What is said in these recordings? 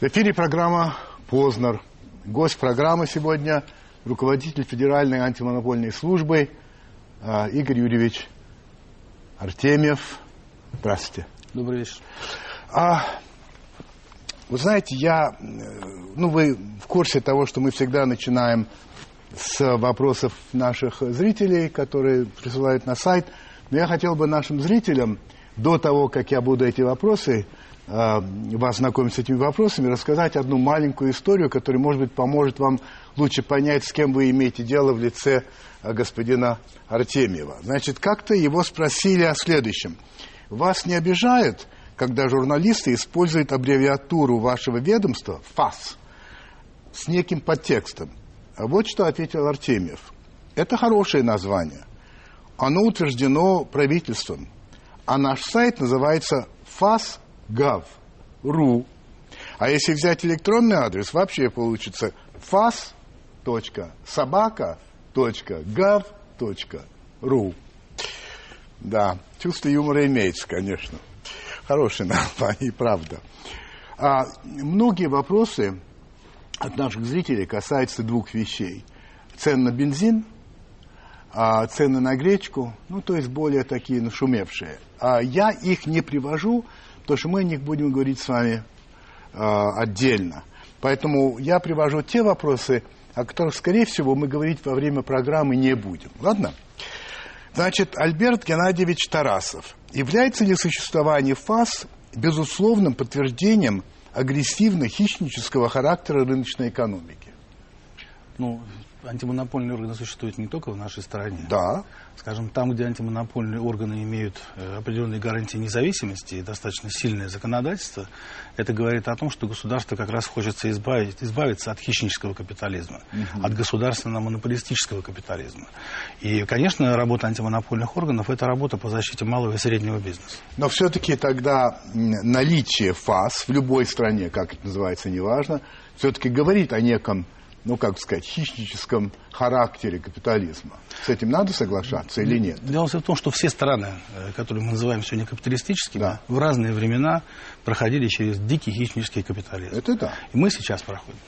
эфире программа «Познер». Гость программы сегодня – руководитель Федеральной антимонопольной службы Игорь Юрьевич Артемьев. Здравствуйте. Добрый вечер. Вы знаете, вы в курсе того, что мы всегда начинаем с вопросов наших зрителей, которые присылают на сайт. Но я хотел бы нашим зрителям, до того, как я буду эти вопросы, вас знакомить с этими вопросами, рассказать одну маленькую историю, которая, может быть, поможет вам лучше понять, с кем вы имеете дело в лице господина Артемьева. Значит, как-то его спросили о следующем. Вас не обижает, когда журналисты используют аббревиатуру вашего ведомства ФАС с неким подтекстом? Вот что ответил Артемьев. Это хорошее название. Оно утверждено правительством. А наш сайт называется fas.gov.ru. А если взять электронный адрес, вообще получится fas.sobaka.gov.ru. Да, чувство юмора имеется, конечно. Хорошее название, правда. Многие вопросы от наших зрителей касаются двух вещей. Цен на бензин, цены на гречку, то есть более такие нашумевшие. Я их не привожу, потому что мы о них будем говорить с вами отдельно. Поэтому я привожу те вопросы, о которых, скорее всего, мы говорить во время программы не будем. Ладно? Значит, Альберт Геннадьевич Тарасов. Является ли существование ФАС безусловным подтверждением агрессивно-хищнического характера рыночной экономики? Антимонопольные органы существуют не только в нашей стране. Да. Скажем, там, где антимонопольные органы имеют определенные гарантии независимости и достаточно сильное законодательство, это говорит о том, что государство как раз хочет избавиться от хищнического капитализма, от государственно-монополистического капитализма. И, конечно, работа антимонопольных органов – это работа по защите малого и среднего бизнеса. Но все-таки тогда наличие ФАС в любой стране, как это называется, неважно, все-таки говорит о неком, хищническом характере капитализма. С этим надо соглашаться или нет? Дело в том, что все страны, которые мы называем сегодня капиталистическими, в разные времена проходили через дикий хищнический капитализм. Это да. И мы сейчас проходим.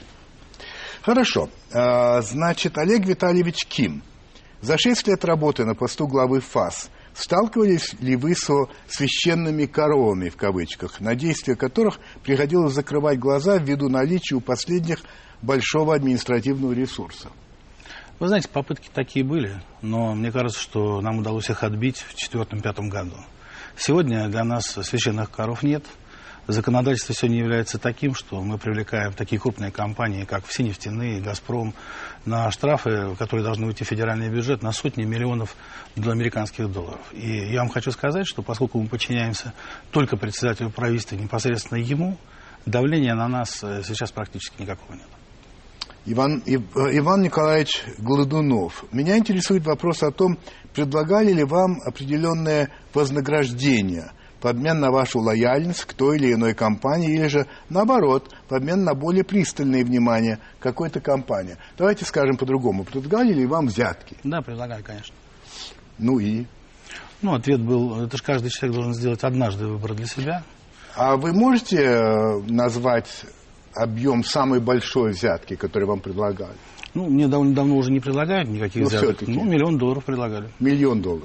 Хорошо. Значит, Олег Витальевич Ким. За 6 лет работы на посту главы ФАС сталкивались ли вы со священными коровами, в кавычках, на действия которых приходилось закрывать глаза ввиду наличия у последних большого административного ресурса? Вы знаете, попытки такие были, но мне кажется, что нам удалось их отбить в 2004-2005 году. Сегодня для нас священных коров нет. Законодательство сегодня является таким, что мы привлекаем такие крупные компании, как все нефтяные, «Газпром», на штрафы, которые должны уйти в федеральный бюджет, на сотни миллионов американских долларов. И я вам хочу сказать, что поскольку мы подчиняемся только председателю правительства, непосредственно ему, давления на нас сейчас практически никакого нет. Иван Николаевич Гладунов. Меня интересует вопрос о том, предлагали ли вам определенное вознаграждение в обмен на вашу лояльность к той или иной компании, или же, наоборот, в обмен на более пристальное внимание какой-то компании. Давайте скажем по-другому. Предлагали ли вам взятки? Да, предлагали, конечно. Ответ был, это же каждый человек должен сделать однажды выбор для себя. А вы можете назвать объем самой большой взятки, которую вам предлагали? Мне довольно давно уже не предлагают никаких взяток. Все-таки. $1 миллион предлагали. $1 миллион.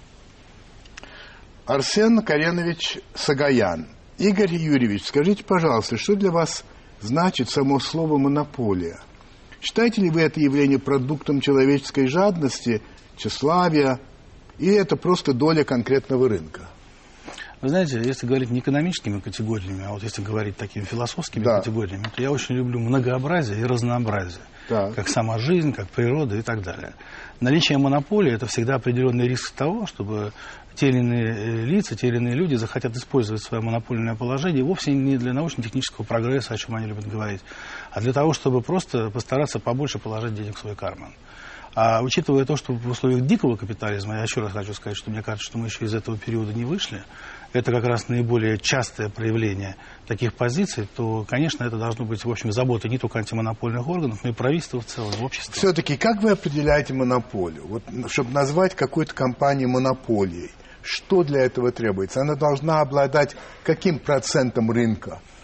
Арсен Каренович Сагаян. Игорь Юрьевич, скажите, пожалуйста, что для вас значит само слово «монополия»? Считаете ли вы это явление продуктом человеческой жадности, тщеславия, или это просто доля конкретного рынка? Вы знаете, если говорить не экономическими категориями, а если говорить такими философскими категориями, то я очень люблю многообразие и разнообразие. Как сама жизнь, как природа и так далее. Наличие монополии – это всегда определенный риск того, чтобы те или иные лица, те или иные люди захотят использовать свое монопольное положение вовсе не для научно-технического прогресса, о чем они любят говорить, а для того, чтобы просто постараться побольше положить денег в свой карман. А учитывая то, что в условиях дикого капитализма, я еще раз хочу сказать, что мне кажется, что мы еще из этого периода не вышли, это как раз наиболее частое проявление таких позиций, то, конечно, это должно быть, в общем, заботой не только антимонопольных органов, но и правительства в целом, общества. Все-таки как вы определяете монополию? Чтобы назвать какую-то компанию монополией, что для этого требуется? Она должна обладать каким процентом рынка?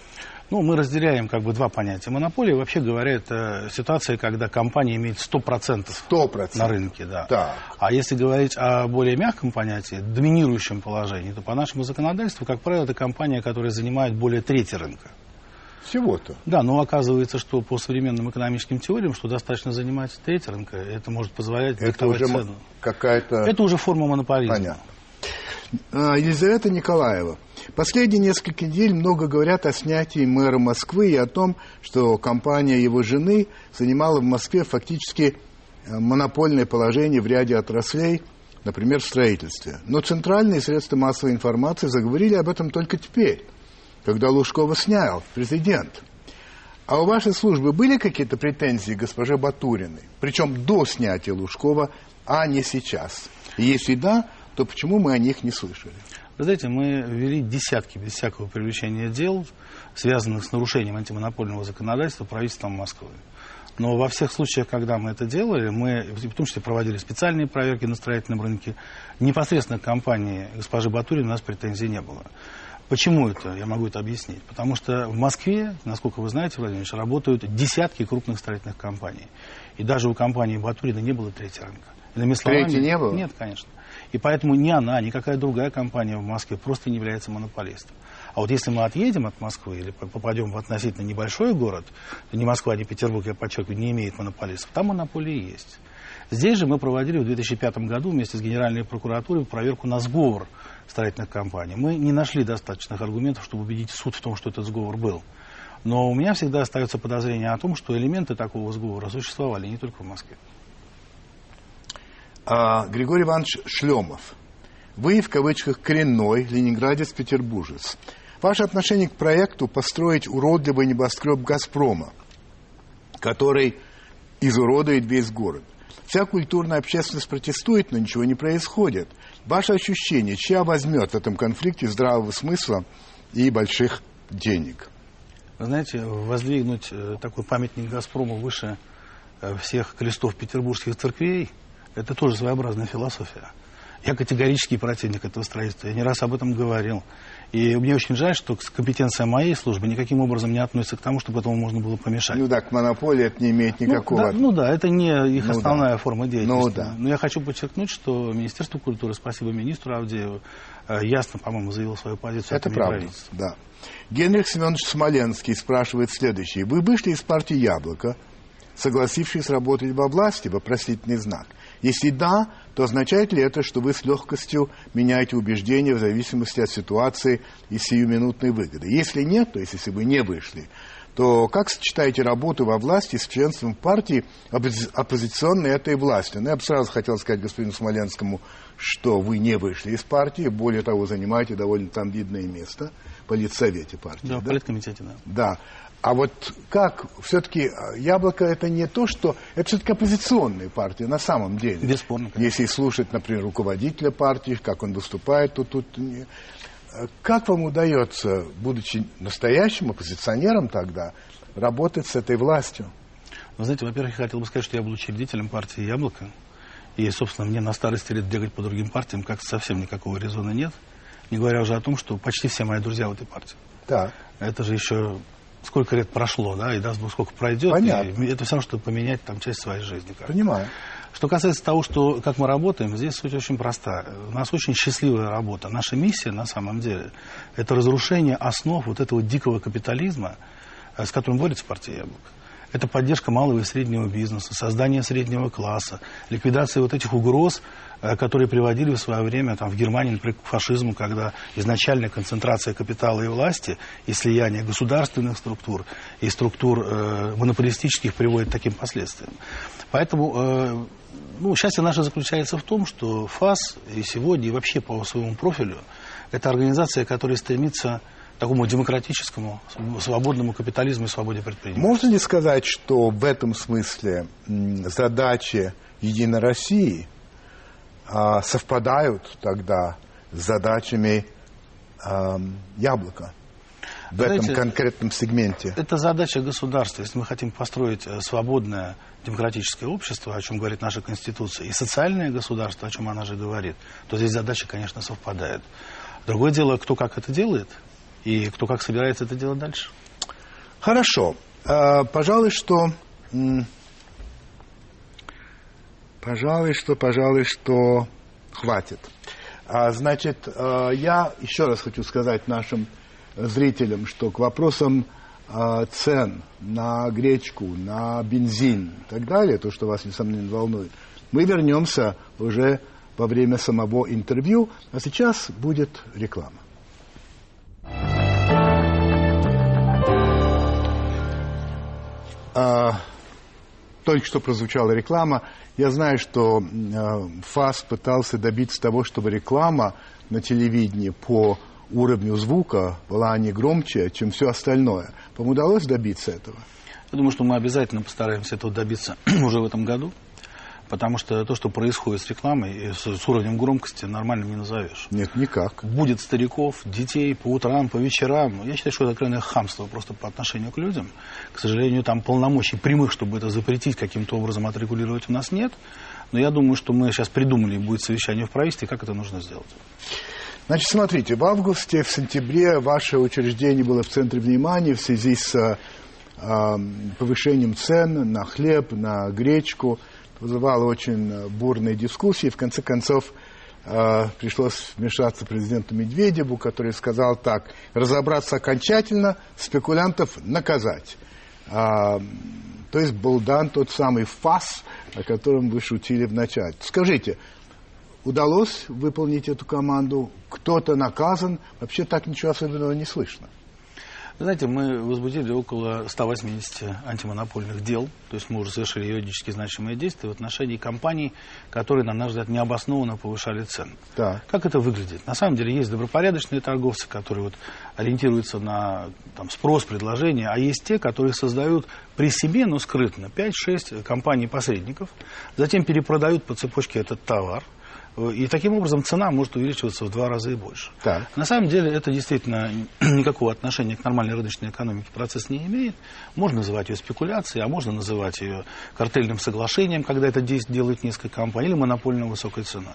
Ну, мы разделяем как бы два понятия. Монополия, вообще говоря, это ситуация, когда компания имеет 100% на рынке. Да. Так. А если говорить о более мягком понятии, доминирующем положении, то по нашему законодательству, как правило, это компания, которая занимает более трети рынка. Всего-то. Да, но оказывается, что по современным экономическим теориям, что достаточно занимать треть рынка, это может позволять диктовать цену. Это уже форма монополизма. Понятно. Елизавета Николаева. Последние несколько недель много говорят о снятии мэра Москвы и о том, что компания его жены занимала в Москве фактически монопольное положение в ряде отраслей, например, в строительстве. Но центральные средства массовой информации заговорили об этом только теперь, когда Лужкова снял президент. А у вашей службы были какие-то претензии к госпоже Батуриной? Причем до снятия Лужкова, а не сейчас. И если да, то почему мы о них не слышали? Вы знаете, мы вели десятки, без всякого привлечения дел, связанных с нарушением антимонопольного законодательства правительством Москвы. Но во всех случаях, когда мы это делали, мы в том числе проводили специальные проверки на строительном рынке. Непосредственно к компании госпожи Батуриной у нас претензий не было. Почему это? Я могу это объяснить. Потому что в Москве, насколько вы знаете, Владимир Ильич, работают десятки крупных строительных компаний. И даже у компании Батуриной не было трети рынка. Иными словами, трети не было? Нет, конечно. И поэтому ни она, ни какая другая компания в Москве просто не является монополистом. А вот если мы отъедем от Москвы или попадем в относительно небольшой город, ни Москва, ни Петербург, я подчеркиваю, не имеет монополистов, там монополии есть. Здесь же мы проводили в 2005 году вместе с Генеральной прокуратурой проверку на сговор строительных компаний. Мы не нашли достаточных аргументов, чтобы убедить суд в том, что этот сговор был. Но у меня всегда остается подозрение о том, что элементы такого сговора существовали не только в Москве. Григорий Иванович Шлемов. Вы, в кавычках, коренной ленинградец-петербуржец. Ваше отношение к проекту построить уродливый небоскреб «Газпрома», который изуродует весь город. Вся культурная общественность протестует, но ничего не происходит. Ваше ощущение, чья возьмет в этом конфликте здравого смысла и больших денег? Вы знаете, воздвигнуть такой памятник «Газпрому» выше всех крестов петербургских церквей – это тоже своеобразная философия. Я категорический противник этого строительства. Я не раз об этом говорил. И мне очень жаль, что компетенция моей службы никаким образом не относится к тому, чтобы этому можно было помешать. Ну да, к монополии это не имеет никакого... это не их основная форма деятельности. Но я хочу подчеркнуть, что Министерство культуры, спасибо министру Авдееву, ясно, по-моему, заявил свою позицию. Это правда, да. Генрих Семенович Смоленский спрашивает следующее. Вы вышли из партии «Яблоко», согласившись работать во власти, вопросительный знак. Если да, то означает ли это, что вы с легкостью меняете убеждения в зависимости от ситуации и сиюминутной выгоды? Если нет, то есть если вы не вышли, то как сочетаете работу во власти с членством в партии, оппозиционной этой власти? Ну, я бы сразу хотел сказать господину Смоленскому, что вы не вышли из партии, более того, занимаете довольно там видное место в политсовете партии. Да, в политкомитете, да. Да. А вот как все-таки «Яблоко» это не то, что... Это все-таки оппозиционная партия на самом деле. Бесспорно. Если слушать, например, руководителя партии, как он выступает, то тут... Как вам удается, будучи настоящим оппозиционером тогда, работать с этой властью? Вы знаете, во-первых, я хотел бы сказать, что я был учредителем партии «Яблоко». И, собственно, мне на старости лет бегать по другим партиям как-то совсем никакого резона нет. Не говоря уже о том, что почти все мои друзья в этой партии. Так. Это же еще... Сколько лет прошло, да, и даст Бог, сколько пройдет. Понятно. И это все равно, чтобы поменять там часть своей жизни. Кажется. Понимаю. Что касается того, что, как мы работаем, здесь суть очень проста. У нас очень счастливая работа. Наша миссия, на самом деле, это разрушение основ вот этого дикого капитализма, с которым борется партия «Яблоко». Это поддержка малого и среднего бизнеса, создание среднего класса, ликвидация вот этих угроз, которые приводили в свое время там, в Германии, например, к фашизму, когда изначальная концентрация капитала и власти и слияние государственных структур и структур монополистических приводит к таким последствиям. Поэтому счастье наше заключается в том, что ФАС и сегодня, и вообще по своему профилю, это организация, которая стремится к такому демократическому, свободному капитализму и свободе предпринимательства. Можно ли сказать, что в этом смысле задачи «Единой России» совпадают тогда с задачами «Яблока» в этом конкретном сегменте? Это задача государства. Если мы хотим построить свободное демократическое общество, о чем говорит наша Конституция, и социальное государство, о чем она же говорит, то здесь задача, конечно, совпадает. Другое дело, кто как это делает, и кто как собирается это делать дальше. Хорошо. Пожалуй, что хватит. Значит, я еще раз хочу сказать нашим зрителям, что к вопросам цен на гречку, на бензин и так далее, то, что вас, несомненно, волнует, мы вернемся уже во время самого интервью, а сейчас будет реклама. Только что прозвучала реклама. Я знаю, что ФАС пытался добиться того, чтобы реклама на телевидении по уровню звука была не громче, чем все остальное. Вам удалось добиться этого? Я думаю, что мы обязательно постараемся этого добиться уже в этом году. Потому что то, что происходит с рекламой, с уровнем громкости, нормальным не назовешь. Нет, никак. Будет стариков, детей по утрам, по вечерам. Я считаю, что это откровенное хамство просто по отношению к людям. К сожалению, там полномочий прямых, чтобы это запретить, каким-то образом отрегулировать, у нас нет. Но я думаю, что мы сейчас придумали, будет совещание в правительстве, как это нужно сделать. Значит, смотрите, в августе, в сентябре ваше учреждение было в центре внимания в связи с повышением цен на хлеб, на гречку. Вызывало очень бурные дискуссии. В конце концов, пришлось вмешаться президенту Медведеву, который сказал так: разобраться окончательно, спекулянтов наказать. То есть был дан тот самый ФАС, о котором вы шутили в начале. Скажите, удалось выполнить эту команду? Кто-то наказан? Вообще так ничего особенного не слышно. Вы знаете, мы возбудили около 180 антимонопольных дел, то есть мы уже совершили юридически значимые действия в отношении компаний, которые, на наш взгляд, необоснованно повышали цены. Да. Как это выглядит? На самом деле есть добропорядочные торговцы, которые вот ориентируются на спрос, предложение, а есть те, которые создают при себе, но скрытно, 5-6 компаний-посредников, затем перепродают по цепочке этот товар. И таким образом цена может увеличиваться в 2 раза и больше. Так. На самом деле это действительно никакого отношения к нормальной рыночной экономике процесс не имеет. Можно называть ее спекуляцией, а можно называть ее картельным соглашением, когда это делает несколько компаний, или монопольно высокой ценой.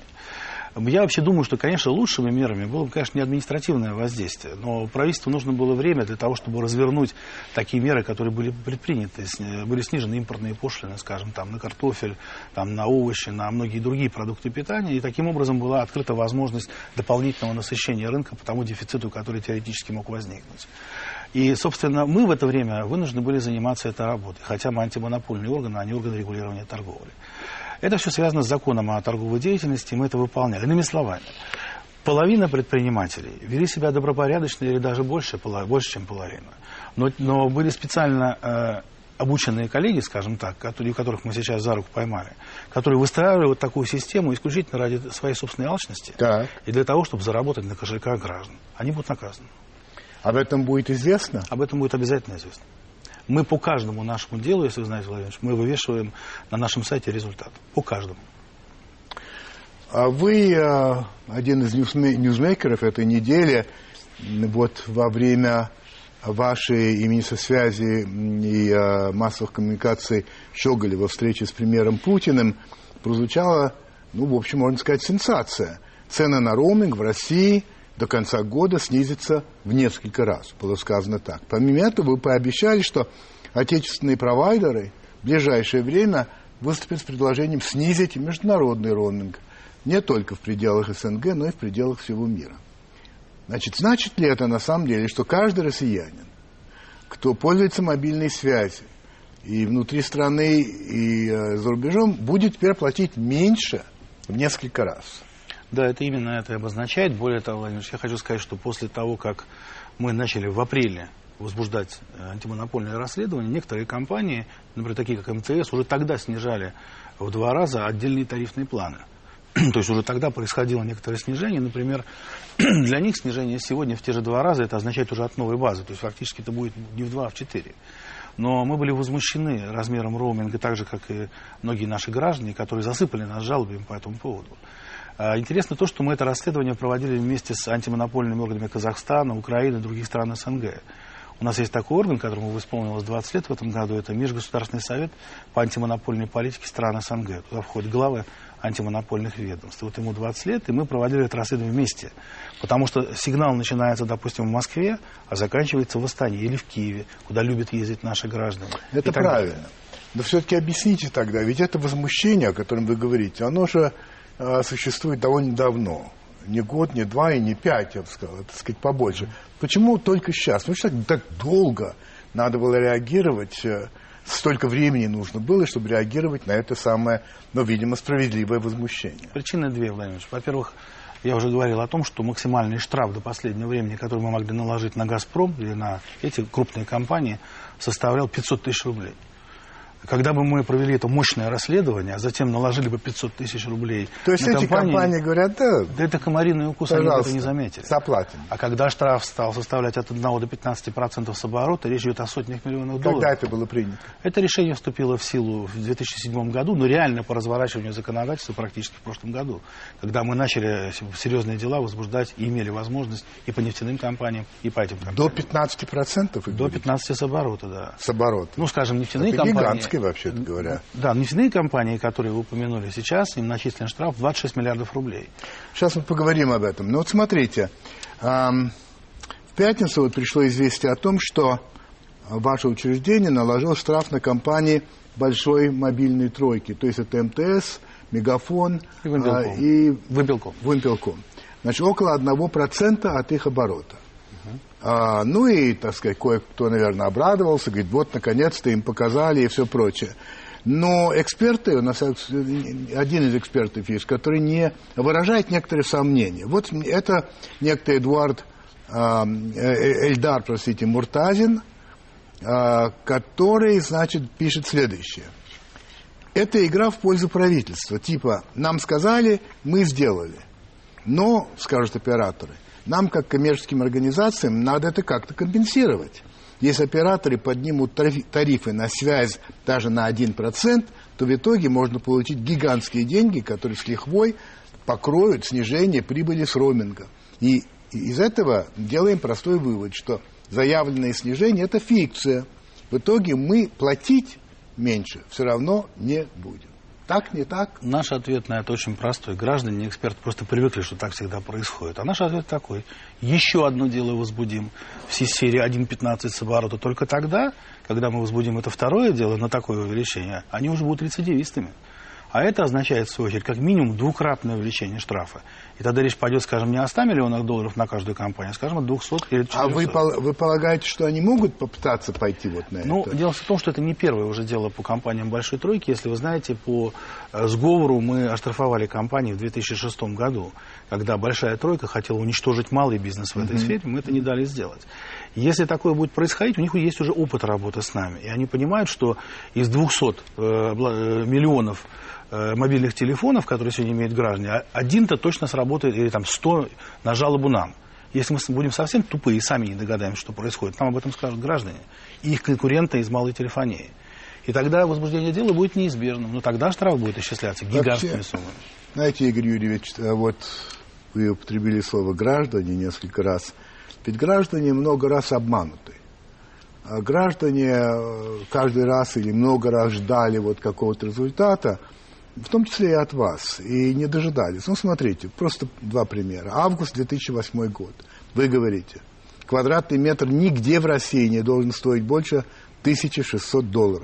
Я вообще думаю, что, конечно, лучшими мерами было бы, конечно, не административное воздействие, но правительству нужно было время для того, чтобы развернуть такие меры, которые были предприняты. Были снижены импортные пошлины, скажем, на картофель, на овощи, на многие другие продукты питания, и таким образом была открыта возможность дополнительного насыщения рынка по тому дефициту, который теоретически мог возникнуть. И, собственно, мы в это время вынуждены были заниматься этой работой, хотя мы антимонопольные органы, а не органы регулирования торговли. Это все связано с законом о торговой деятельности, и мы это выполняли. Иными словами, половина предпринимателей вели себя добропорядочно или даже больше, чем половина. Но были специально обученные коллеги, скажем так, которых мы сейчас за руку поймали, которые выстраивали вот такую систему исключительно ради своей собственной алчности и для того, чтобы заработать на кошельках граждан. Они будут наказаны. Об этом будет известно? Об этом будет обязательно известно. Мы по каждому нашему делу, если вы знаете, Владимир Ильич, мы вывешиваем на нашем сайте результат. По каждому. Вы один из ньюсмейкеров этой недели. Вот во время вашей и министра связи и массовых коммуникаций Щеголева встречи с премьером Путиным прозвучала, в общем, можно сказать, сенсация. Цены на роуминг в России до конца года снизится в несколько раз, было сказано так. Помимо этого, вы пообещали, что отечественные провайдеры в ближайшее время выступят с предложением снизить международный роуминг не только в пределах СНГ, но и в пределах всего мира. Значит ли это на самом деле, что каждый россиянин, кто пользуется мобильной связью и внутри страны, и за рубежом, будет теперь платить меньше в несколько раз? Да, это именно это обозначает. Более того, Владимир, я хочу сказать, что после того, как мы начали в апреле возбуждать антимонопольное расследование, некоторые компании, например, такие как МТС, уже тогда снижали в 2 раза отдельные тарифные планы. То есть уже тогда происходило некоторое снижение. Например, для них снижение сегодня в те же 2 раза, это означает уже от новой базы. То есть фактически это будет не в 2, а в 4. Но мы были возмущены размером роуминга, так же, как и многие наши граждане, которые засыпали нас жалобами по этому поводу. Интересно то, что мы это расследование проводили вместе с антимонопольными органами Казахстана, Украины и других стран СНГ. У нас есть такой орган, которому исполнилось 20 лет в этом году. Это Межгосударственный совет по антимонопольной политике стран СНГ. Туда входят главы антимонопольных ведомств. Вот ему 20 лет, и мы проводили это расследование вместе. Потому что сигнал начинается, допустим, в Москве, а заканчивается в Астане или в Киеве, куда любят ездить наши граждане. Это правильно. Но все-таки объясните тогда, ведь это возмущение, о котором вы говорите, оно же существует довольно давно. Не год, не два и не 5, я бы сказал, так сказать, побольше. Почему только сейчас? Потому что так долго надо было реагировать, столько времени нужно было, чтобы реагировать на это самое, ну, видимо, справедливое возмущение. Причины две, Владимир Ильич. Во-первых, я уже говорил о том, что максимальный штраф до последнего времени, который мы могли наложить на «Газпром» или на эти крупные компании, составлял 500 тысяч рублей. Когда бы мы провели это мощное расследование, а затем наложили бы 500 тысяч рублей то есть на эти компании говорят, да это комариный укус, они это не заметили. Заплатим. А когда штраф стал составлять от 1 до 15% с оборота, речь идет о сотнях миллионов долларов. Когда это было принято? Это решение вступило в силу в 2007 году, но реально по разворачиванию законодательства практически в прошлом году, когда мы начали серьезные дела возбуждать и имели возможность и по нефтяным компаниям, и по этим компаниям. До 15%? До 15% с оборота, да. С оборота. Ну, скажем, нефтяные это компании... вообще говоря. Да, нефтяные компании, которые вы упомянули сейчас, им начислен штраф 26 миллиардов рублей. Сейчас мы поговорим об этом. Но вот смотрите, в пятницу вот пришло известие о том, что ваше учреждение наложило штраф на компании большой мобильной тройки. То есть это МТС, Мегафон и Вымпелком. Значит, около 1% от их оборота. Ну и, так сказать, кое-кто, наверное, обрадовался, говорит, вот, наконец-то им показали и все прочее. Но эксперты, у нас один из экспертов есть, который не выражает некоторые сомнения. Вот это некто Эльдар Муртазин, который, значит, пишет следующее. Это игра в пользу правительства. Типа, нам сказали, мы сделали. Но, скажут операторы, нам, как коммерческим организациям, надо это как-то компенсировать. Если операторы поднимут тарифы на связь даже на 1%, то в итоге можно получить гигантские деньги, которые с лихвой покроют снижение прибыли с роуминга. И из этого делаем простой вывод, что заявленное снижение – это фикция. В итоге мы платить меньше все равно не будем. Так, не так? Наш ответ на это очень простой. Граждане, эксперты просто привыкли, что так всегда происходит. А наш ответ такой. Еще одно дело возбудим в серии 1.15 с оборота только тогда, когда мы возбудим это второе дело на такое увеличение, они уже будут рецидивистами. А это означает, в свою очередь, как минимум двукратное увеличение штрафа. И тогда речь пойдет, скажем, не о 100 миллионах долларов на каждую компанию, а, скажем, о 200 или 400. А вы полагаете, что они могут попытаться пойти вот на это? Ну, дело в том, что это не первое уже дело по компаниям Большой Тройки. Если вы знаете, по сговору мы оштрафовали компании в 2006 году, когда Большая Тройка хотела уничтожить малый бизнес в этой сфере, мы это не дали сделать. Если такое будет происходить, у них есть уже опыт работы с нами. И они понимают, что из 200 миллионов мобильных телефонов, которые сегодня имеют граждане, один-то точно сработает, или там 100 на жалобу нам. Если мы будем совсем тупые и сами не догадаемся, что происходит, нам об этом скажут граждане и их конкуренты из малой телефонии. И тогда возбуждение дела будет неизбежным. Но тогда штраф будет исчисляться гигантскими суммами. Знаете, Игорь Юрьевич, вот вы употребили слово «граждане» несколько раз. Ведь граждане много раз обмануты. А граждане каждый раз или много раз ждали вот какого-то результата, в том числе и от вас, и не дожидались. Ну, смотрите, просто два примера. Август 2008 год. Вы говорите, квадратный метр нигде в России не должен стоить больше $1600.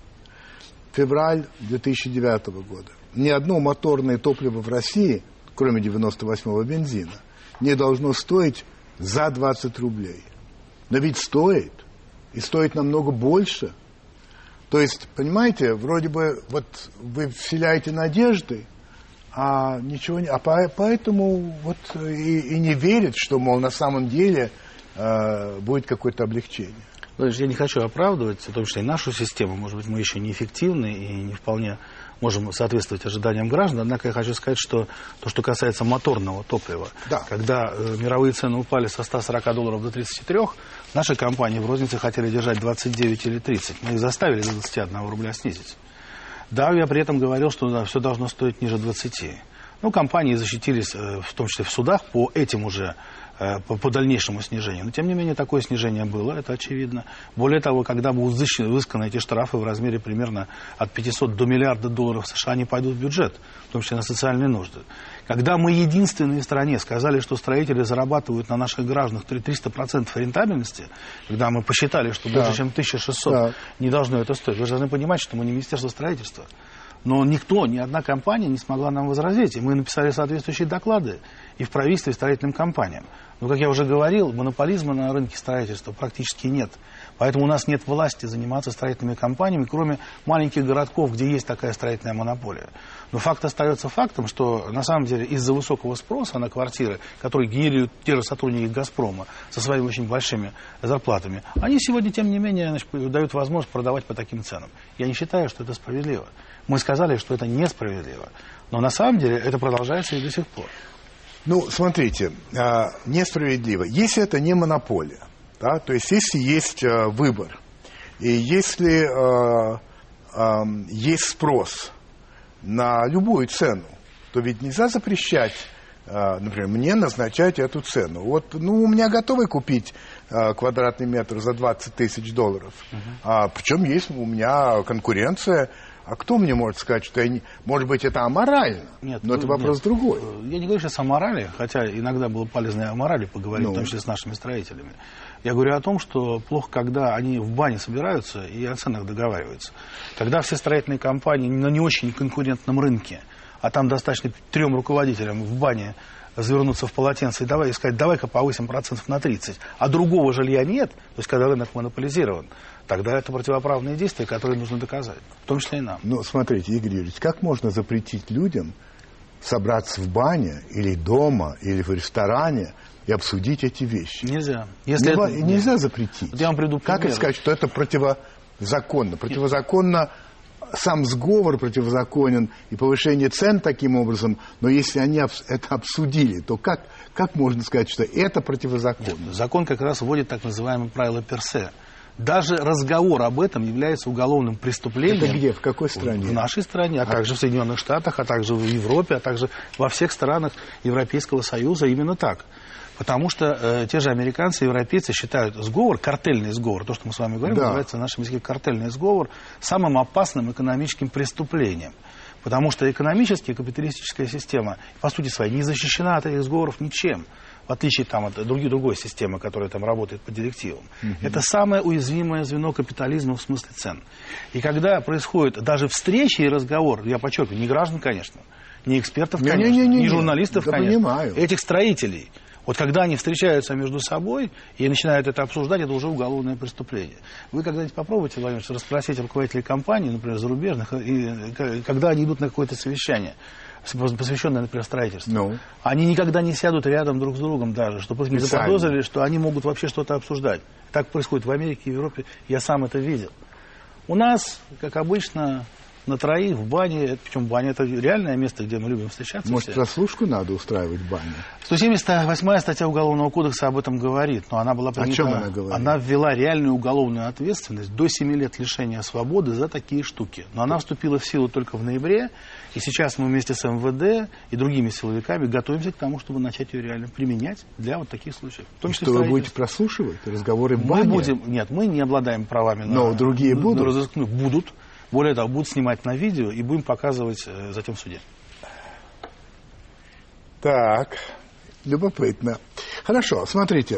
Февраль 2009 года. Ни одно моторное топливо в России, кроме 98-го бензина, не должно стоить за 20 рублей. Но ведь стоит. И стоит намного больше. То есть, понимаете, вроде бы вот вы вселяете надежды, а ничего не... А поэтому вот и не верят, что, мол, на самом деле будет какое-то облегчение. Я не хочу оправдывать, в том числе и нашу систему. Может быть, мы еще неэффективны и не вполне можем соответствовать ожиданиям граждан. Однако я хочу сказать, что то, что касается моторного топлива, да. Когда мировые цены упали со $140 до 33, наши компании в рознице хотели держать 29 или 30. Мы их заставили до 21 рубля снизить. Да, я при этом говорил, что все должно стоить ниже 20. Ну, компании защитились, в том числе в судах, по этим уже, по дальнейшему снижению. Но, тем не менее, такое снижение было, это очевидно. Более того, когда будут высканы эти штрафы в размере примерно от 500 до миллиарда долларов США, они пойдут в бюджет, в том числе на социальные нужды. Когда мы единственные в стране сказали, что строители зарабатывают на наших гражданах 300% рентабельности, когда мы посчитали, что больше, чем 1600 не должно это стоить, вы же должны понимать, что мы не Министерство строительства. Но никто, ни одна компания не смогла нам возразить. И мы написали соответствующие доклады и в правительстве, и строительным компаниям. Но, как я уже говорил, монополизма на рынке строительства практически нет. Поэтому у нас нет власти заниматься строительными компаниями, кроме маленьких городков, где есть такая строительная монополия. Но факт остается фактом, что на самом деле из-за высокого спроса на квартиры, которые генерируют те же сотрудники «Газпрома» со своими очень большими зарплатами, они сегодня, тем не менее, дают возможность продавать по таким ценам. Я не считаю, что это справедливо. Мы сказали, что это несправедливо. Но на самом деле это продолжается и до сих пор. Ну, смотрите, несправедливо. Если это не монополия, да, то есть если есть выбор, и если есть спрос на любую цену, то ведь нельзя запрещать, например, мне назначать эту цену. Вот, ну, у меня готовы купить квадратный метр за 20 тысяч долларов. Причем есть у меня конкуренция. А кто мне может сказать, что может быть, это аморально? Нет, но это вопрос другой. Я не говорю сейчас о морали, хотя иногда было полезно о морали поговорить, в том числе с нашими строителями. Я говорю о том, что плохо, когда они в бане собираются и о ценах договариваются. Когда все строительные компании на не очень конкурентном рынке, а там достаточно 3 руководителям в бане завернуться в полотенце и сказать, давай-ка повысим процентов на 30, а другого жилья нет, то есть когда рынок монополизирован, тогда это противоправные действия, которые нужно доказать, в том числе и нам. Ну, смотрите, Игорь Юрьевич, как можно запретить людям собраться в бане или дома, или в ресторане и обсудить эти вещи? Нельзя. Нельзя запретить. Вот я вам приду как сказать, что это противозаконно? Противозаконно сам сговор противозаконен и повышение цен таким образом, но если они это обсудили, то как можно сказать, что это противозаконно? Закон как раз вводит так называемое правило персе. Даже разговор об этом является уголовным преступлением. Это где? В какой стране? В нашей стране, а также в Соединенных Штатах, а также в Европе, а также во всех странах Европейского Союза именно так. Потому что те же американцы и европейцы считают сговор, картельный сговор, то, что мы с вами говорим, называется в нашем языке картельный сговор, самым опасным экономическим преступлением. Потому что экономическая капиталистическая система, по сути своей, не защищена от этих сговоров ничем, в отличие от другой системы, которая там работает по директивам. Это самое уязвимое звено капитализма в смысле цен. И когда происходит даже встреча и разговор, я подчеркиваю, не граждан, конечно, не экспертов, конечно, не журналистов, конечно, понимаю. Этих строителей. Вот когда они встречаются между собой и начинают это обсуждать, это уже уголовное преступление. Вы когда-нибудь попробуйте, Владимир, расспросить руководителей компаний, например, зарубежных, и когда они идут на какое-то совещание, посвященное, например, строительству, они никогда не сядут рядом друг с другом даже, чтобы их не заподозрили, что они могут вообще что-то обсуждать. Так происходит в Америке и в Европе, я сам это видел. У нас, как обычно, на троих в бане, причем баня это реальное место, где мы любим встречаться. Может, прослушку надо устраивать в бане? 178-я статья Уголовного кодекса об этом говорит, но она была принята. О чем она говорит? Она ввела реальную уголовную ответственность до 7 лет лишения свободы за такие штуки. Но она вступила в силу только в ноябре, и сейчас мы вместе с МВД и другими силовиками готовимся к тому, чтобы начать ее реально применять для вот таких случаев. В том числе что вы будете прослушивать разговоры в бане? Нет, мы не обладаем правами но другие будут? Будут. Более того, будут снимать на видео и будем показывать затем в суде. Так, любопытно. Хорошо, смотрите.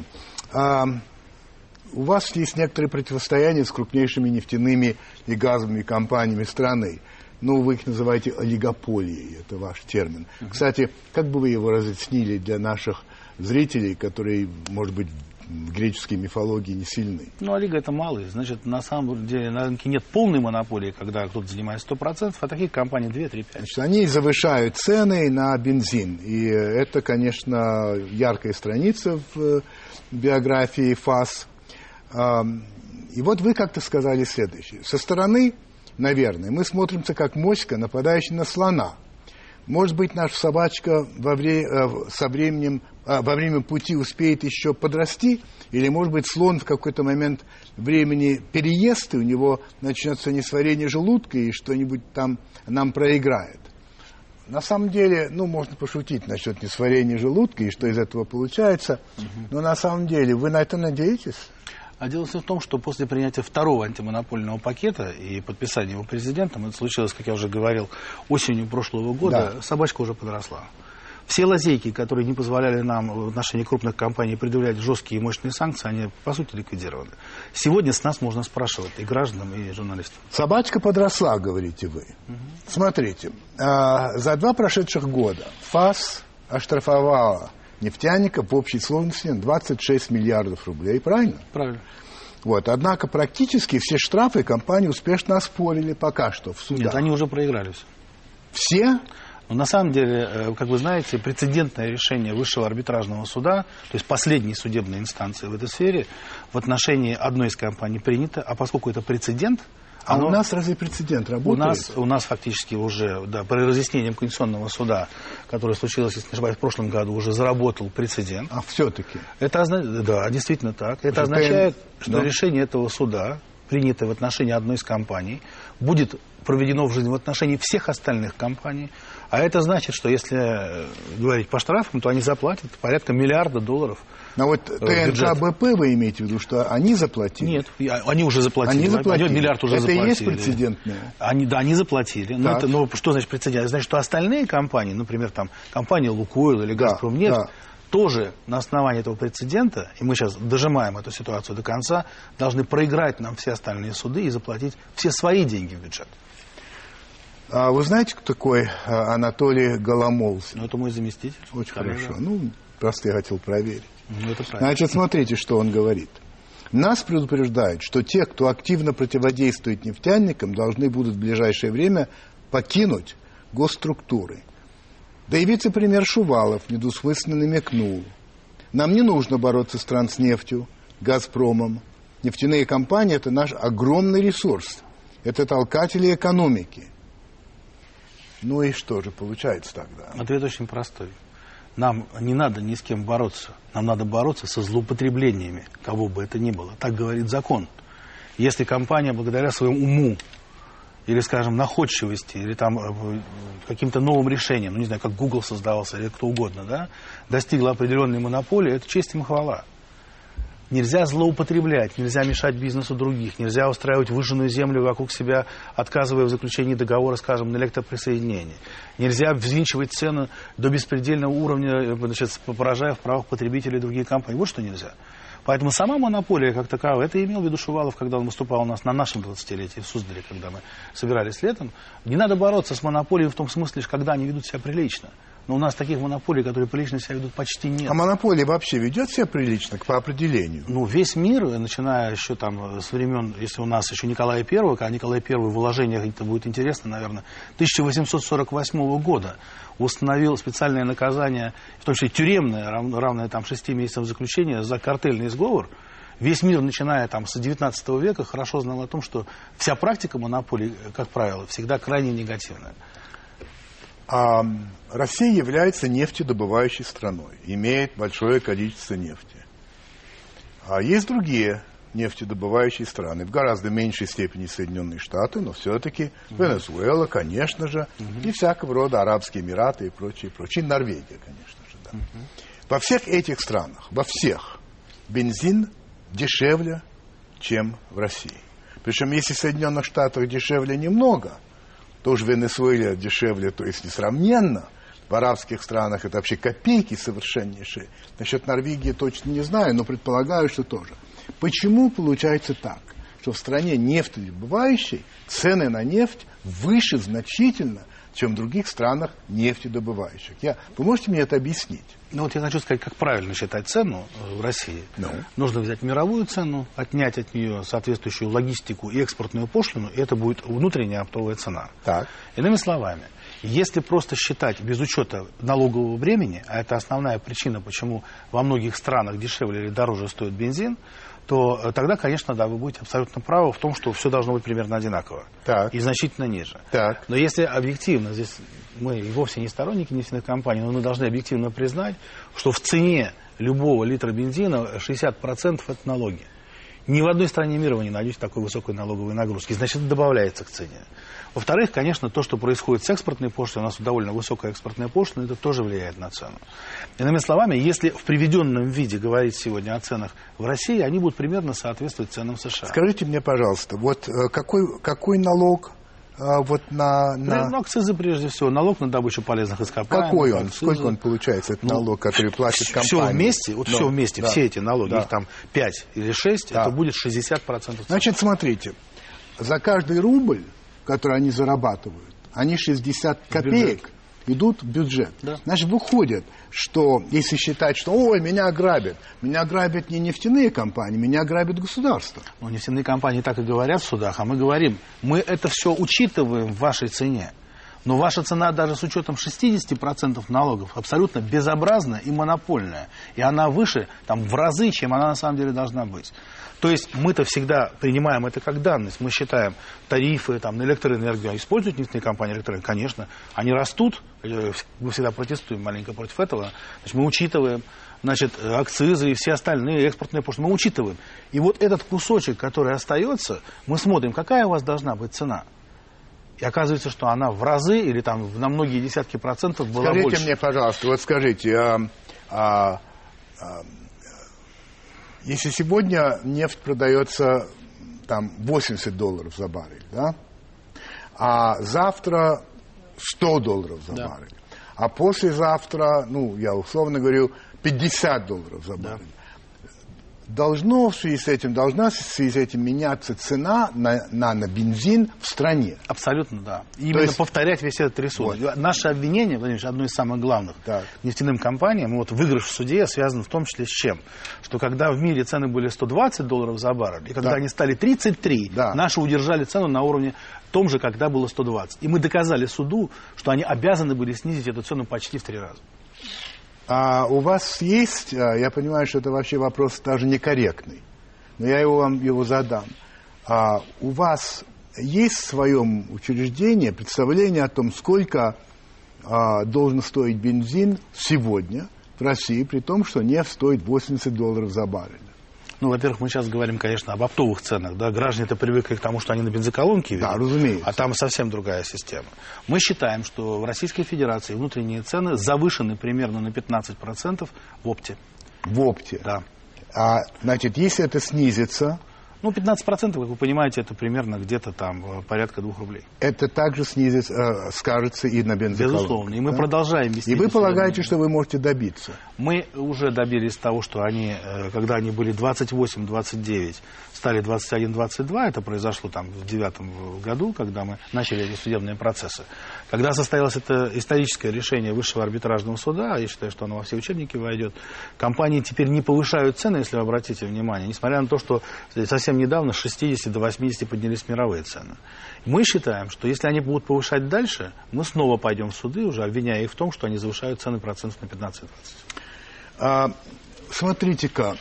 У вас есть некоторые противостояния с крупнейшими нефтяными и газовыми компаниями страны. Ну, вы их называете олигополией, это ваш термин. Кстати, как бы вы его разъяснили для наших зрителей, которые, может быть, в греческой мифологии не сильны? Ну, олиго это малый. Значит, на самом деле на рынке нет полной монополии, когда кто-то занимает 100%, а таких компаний 2, 3, 5. Значит, они завышают цены на бензин. И это, конечно, яркая страница в биографии ФАС. И вот вы как-то сказали следующее. Со стороны, наверное, мы смотримся как моська, нападающая на слона. Может быть, наша собачка во время пути успеет еще подрасти, или, может быть, слон в какой-то момент времени переест, и у него начнется несварение желудка, и что-нибудь там нам проиграет. на самом деле, ну, можно пошутить насчет несварения желудка и что из этого получается, но на самом деле вы на это надеетесь? А дело в том, что после принятия второго антимонопольного пакета и подписания его президентом, это случилось, как я уже говорил, осенью прошлого года, собачка уже подросла. Все лазейки, которые не позволяли нам в отношении крупных компаний предъявлять жесткие и мощные санкции, они, по сути, ликвидированы. Сегодня с нас можно спрашивать и гражданам, и журналистам. Собачка подросла, говорите вы. Смотрите, за 2 прошедших года ФАС оштрафовала нефтяников в общей сложности 26 миллиардов рублей, правильно? Правильно. Вот, однако практически все штрафы компании успешно оспорили пока что в судах. Нет, они уже проигрались. Все? Но на самом деле, как вы знаете, прецедентное решение Высшего арбитражного суда, то есть последней судебной инстанции в этой сфере, в отношении одной из компаний принято, а поскольку это прецедент... А у нас разве прецедент работает? У нас фактически уже, да, при разъяснении Конституционного суда, которое случилось, если не ошибаюсь, в прошлом году, уже заработал прецедент. А все-таки? Да, действительно так. Это означает, что решение этого суда, принятое в отношении одной из компаний, будет проведено в жизнь в отношении всех остальных компаний. А это значит, что если говорить по штрафам, то они заплатят порядка $1 миллиарда. Но вот ТНК БП вы имеете в виду, что они заплатили? Нет, они уже заплатили. Они заплатили. $1 миллиард уже заплатили. Это и есть прецедентное? Они заплатили. Но что значит прецедент? Это значит, что остальные компании, например, там, компания «Лукойл» или «Газпромнефть», тоже на основании этого прецедента, и мы сейчас дожимаем эту ситуацию до конца, должны проиграть нам все остальные суды и заплатить все свои деньги в бюджет. А вы знаете, кто такой Анатолий Голомолцев? Ну, это мой заместитель. Очень хорошо. Ну, просто я хотел проверить. Ну, это правильно. Значит, смотрите, что он говорит. Нас предупреждают, что те, кто активно противодействует нефтяникам, должны будут в ближайшее время покинуть госструктуры. Да и вице-премьер Шувалов недвусмысленно намекнул. Нам не нужно бороться с Транснефтью, Газпромом. Нефтяные компании – это наш огромный ресурс. Это толкатели экономики. Ну и что же получается тогда? Ответ очень простой. Нам не надо ни с кем бороться. Нам надо бороться со злоупотреблениями, кого бы это ни было. Так говорит закон. Если компания благодаря своему уму или, скажем, находчивости, или там каким-то новым решением, ну, не знаю, как Google создавался, или кто угодно, да, достигла определенной монополии, это честь им хвала. Нельзя злоупотреблять, нельзя мешать бизнесу других, нельзя устраивать выжженную землю вокруг себя, отказывая в заключении договора, скажем, на электроприсоединение. Нельзя взвинчивать цены до беспредельного уровня, значит, поражая в правах потребителей и другие компании. Вот что нельзя. Поэтому сама монополия как таковая, это имел в виду Шувалов, когда он выступал у нас на нашем 20-летии в Суздале, когда мы собирались летом. Не надо бороться с монополией в том смысле, когда они ведут себя прилично. Но у нас таких монополий, которые прилично себя ведут, почти нет. А монополия вообще ведет себя прилично по определению? Ну, весь мир, начиная еще там с времен, если у нас еще Николая I, когда Николай I в вложениях, это будет интересно, наверное, 1848 года установил специальное наказание, в том числе тюремное, равное там 6 месяцам заключения за картельный сговор. Весь мир, начиная там с 19 века, хорошо знал о том, что вся практика монополий, как правило, всегда крайне негативная. А Россия является нефтедобывающей страной, имеет большое количество нефти. А есть другие нефтедобывающие страны, в гораздо меньшей степени Соединенные Штаты, но все-таки Венесуэла, конечно же, и всякого рода Арабские Эмираты и прочее, прочее. Норвегия, конечно же, да. Во всех этих странах, во всех, бензин дешевле, чем в России. Причем, если в Соединенных Штатах дешевле немного, то уж в Венесуэле дешевле, то есть несравненно. В арабских странах это вообще копейки совершеннейшие. Насчет Норвегии точно не знаю, но предполагаю, что тоже. Почему получается так, что в стране нефтедобывающей цены на нефть выше значительно, чем в других странах нефтедобывающих? Вы можете мне это объяснить? Ну вот я хочу сказать, как правильно считать цену в России. Нужно взять мировую цену, отнять от нее соответствующую логистику и экспортную пошлину, и это будет внутренняя оптовая цена. Так. Иными словами, если просто считать без учета налогового бремени, а это основная причина, почему во многих странах дешевле или дороже стоит бензин, то тогда, конечно, да, вы будете абсолютно правы в том, что все должно быть примерно одинаково. Так. И значительно ниже. Так. Но если объективно, здесь мы вовсе не сторонники нефтяных компаний, но мы должны объективно признать, что в цене любого литра бензина 60% это налоги. Ни в одной стране мира вы не найдете такой высокой налоговой нагрузки. Значит, это добавляется к цене. Во-вторых, конечно, то, что происходит с экспортной пошлиной, у нас довольно высокая экспортная пошлина, это тоже влияет на цену. Иными словами, если в приведенном виде говорить сегодня о ценах в России, они будут примерно соответствовать ценам США. Скажите мне, пожалуйста, вот какой налог вот на... Ну, акцизы прежде всего, налог на добычу полезных ископаемых. Какой он? Акцизы. Сколько он получается, этот налог, который платит компания? Все вместе, вот все вместе, все эти налоги, их там 5 или 6, это будет 60%. Значит, смотрите, за каждый рубль, который они зарабатывают, они 60 копеек идут в бюджет. Да. Значит, выходит, что если считать, что ой, меня грабят не нефтяные компании, меня грабит государство. Ну, нефтяные компании так и говорят в судах, а мы говорим, мы это все учитываем в вашей цене. Но ваша цена даже с учетом 60% налогов абсолютно безобразная и монопольная. И она выше там, в разы, чем она на самом деле должна быть. То есть мы-то всегда принимаем это как данность. Мы считаем тарифы там, на электроэнергию. Используют нефтяные компании электроэнергию? Конечно. Они растут. Мы всегда протестуем маленько против этого. Значит, мы учитываем. Значит, акцизы и все остальные экспортные пошлины мы учитываем. И вот этот кусочек, который остается, мы смотрим, какая у вас должна быть цена. И оказывается, что она в разы или там на многие десятки процентов была больше. Скажите мне, пожалуйста, вот скажите, если сегодня нефть продается там $80 за баррель, да, а завтра $100 за баррель, а послезавтра, ну, я условно говорю, $50 за баррель. Должна в связи с этим меняться цена на бензин в стране. Абсолютно, да. И именно повторять весь этот рисунок. Вот. Наше обвинение, Владимир, одно из самых главных нефтяным компаниям, вот выигрыш в суде связан в том числе с чем? Что когда в мире цены были $120 за баррель, и когда они стали 33, наши удержали цену на уровне том же, когда было 120. И мы доказали суду, что они обязаны были снизить эту цену почти в 3 раза. А у вас есть, я понимаю, что это вообще вопрос даже некорректный, но я вам его задам. У вас есть в своем учреждении представление о том, сколько должен стоить бензин сегодня в России, при том, что нефть стоит $80 за баррель? Ну, во-первых, мы сейчас говорим, конечно, об оптовых ценах. Да? Граждане-то привыкли к тому, что они на бензоколонке ведут, разумеется. А там совсем другая система. Мы считаем, что в Российской Федерации внутренние цены завышены примерно на 15% в опте. В опте? Да. Значит, если это снизится... Ну, 15%, как вы понимаете, это примерно где-то там порядка 2 рублей. Это также снизится, скажется и на бензоколонках. Безусловно. И мы продолжаем вести. И вы полагаете, что вы можете добиться? Мы уже добились того, что они, когда они были 28-29, стали 21-22. Это произошло там в 2009 году, когда мы начали эти судебные процессы. Когда состоялось это историческое решение Высшего арбитражного суда, я считаю, что оно во все учебники войдет, компании теперь не повышают цены, если вы обратите внимание, несмотря на то, что совсем недавно с 60 до 80 поднялись мировые цены. Мы считаем, что если они будут повышать дальше, мы снова пойдем в суды, уже обвиняя их в том, что они завышают цены процентов на 15-20. Смотрите-ка,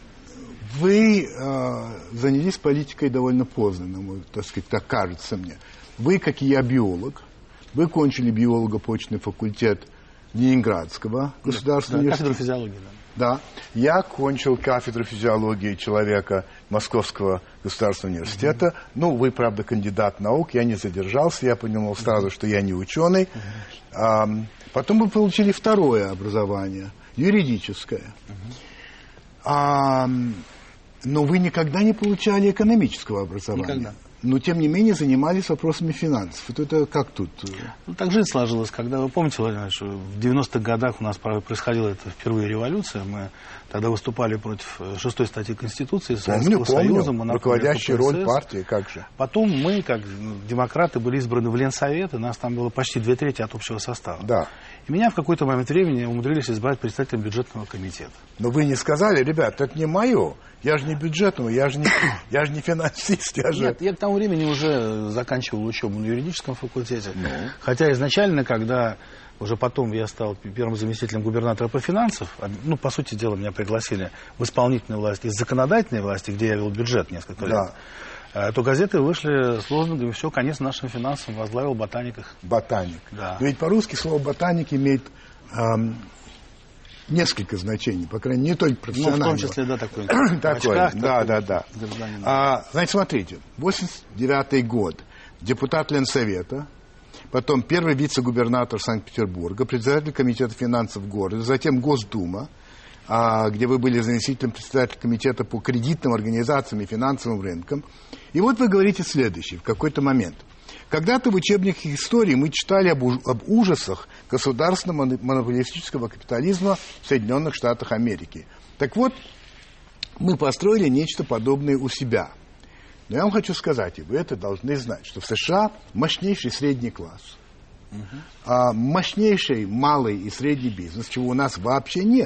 вы занялись политикой довольно поздно, так сказать, так кажется мне. Вы, как и я, биолог. Вы кончили биолого-почный факультет Ленинградского государственного университета. Кафедру физиологии, Да. Я кончил кафедру физиологии человека Московского государственного университета. Ну, вы, правда, кандидат наук, я не задержался, я понял сразу, что я не ученый. Потом вы получили второе образование, юридическое. Но вы никогда не получали экономического образования. Никогда. Но, тем не менее, занимались вопросами финансов. Это как тут? Ну, так жизнь сложилась. Когда, вы помните, Владимир, что в 90-х годах у нас происходила эта впервые революция. Мы тогда выступали против 6-й статьи Конституции Советского Союза. Руководящая роль партии, как же. Потом мы, как демократы, были избраны в Ленсовет, и нас там было почти 2/3 от общего состава. Да. И меня в какой-то момент времени умудрились избрать председателем бюджетного комитета. Но вы не сказали, ребят, это не мое. Я же не бюджетный, я же не финансист. Нет, я к тому времени уже заканчивал учебу на юридическом факультете. Хотя изначально, когда уже потом я стал первым заместителем губернатора по финансам, ну, по сути дела, меня пригласили в исполнительную власть из законодательной власти, где я вел бюджет несколько лет. То газеты вышли с лозунгами «Все, конец нашим финансам», возглавил ботаник их. Ботаник. Да. Но ведь по-русски слово «ботаник» имеет несколько значений, по крайней мере, не только профессионального. Ну, в том числе, да, такой. Да. Значит, смотрите, 89 год. Депутат Ленсовета, потом первый вице-губернатор Санкт-Петербурга, председатель комитета финансов города, затем Госдума, где вы были заместителем председателя комитета по кредитным организациям и финансовым рынкам. И вот вы говорите следующее в какой-то момент. Когда-то в учебниках истории мы читали об ужасах государственного монополистического капитализма в Соединенных Штатах Америки. Так вот, мы построили нечто подобное у себя. Но я вам хочу сказать, и вы это должны знать, что в США мощнейший средний класс, мощнейший малый и средний бизнес, чего у нас вообще нет.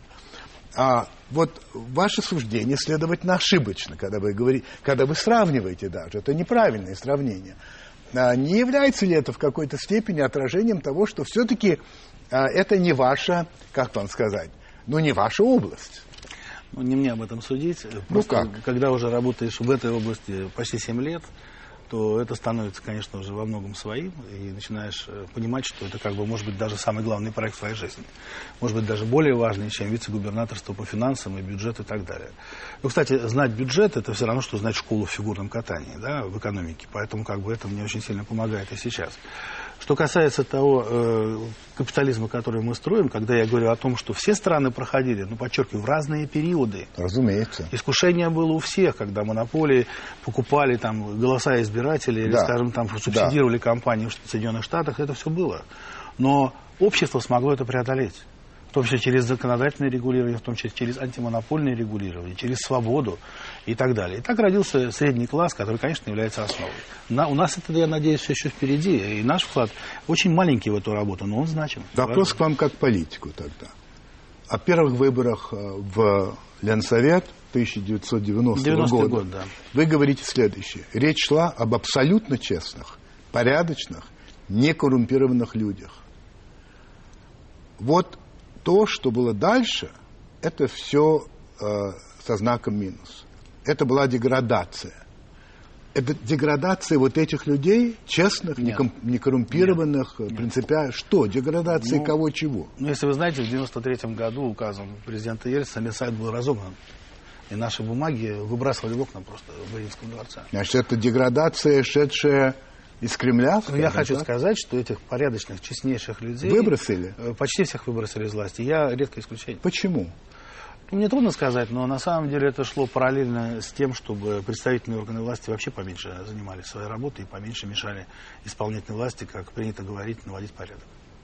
Вот ваше суждение, следовательно, ошибочно, когда вы сравниваете даже. Это неправильное сравнение. Не является ли это в какой-то степени отражением того, что все-таки это не ваша, как вам сказать, не ваша область? Ну, не мне об этом судить. Просто, когда уже работаешь в этой области почти 7 лет, то это становится, конечно, уже во многом своим, и начинаешь понимать, что это, как бы, может быть, даже самый главный проект в твоей жизни. Может быть, даже более важный, чем вице-губернаторство по финансам и бюджет и так далее. Ну, кстати, знать бюджет – это все равно, что знать школу в фигурном катании, да, в экономике. Поэтому, как бы, это мне очень сильно помогает и сейчас. Что касается того капитализма, который мы строим, когда я говорю о том, что все страны проходили, подчеркиваю, в разные периоды. Разумеется. Искушение было у всех, когда монополии покупали там голоса избирателей, или, скажем, там субсидировали компании в Соединенных Штатах, это все было. Но общество смогло это преодолеть. В том числе через законодательное регулирование, в том числе через антимонопольное регулирование, через свободу и так далее. И так родился средний класс, который, конечно, является основой. У нас это, я надеюсь, все еще впереди. И наш вклад очень маленький в эту работу, но он значим. Вопрос к вам как политику тогда. О первых выборах в Ленсовет 1990 года. Год, да. Вы говорите следующее. Речь шла об абсолютно честных, порядочных, некоррумпированных людях. Вот то, что было дальше, это все со знаком минус. Это была деградация. Это деградация вот этих людей, честных, некоррумпированных, принципиально. Что? Деградация кого, чего? Если вы знаете, в 1993 году указом президента Ельцина Ленсовет был разогнан. И наши бумаги выбрасывали в окна просто в Мариинском дворце. Значит, это деградация, шедшая из Кремля? Я хочу сказать, что этих порядочных, честнейших людей... Выбросили? Почти всех выбросили из власти. Я редкое исключение. Почему? Мне трудно сказать, но на самом деле это шло параллельно с тем, чтобы представительные органы власти вообще поменьше занимались своей работой и поменьше мешали исполнительной власти, как принято говорить, наводить порядок.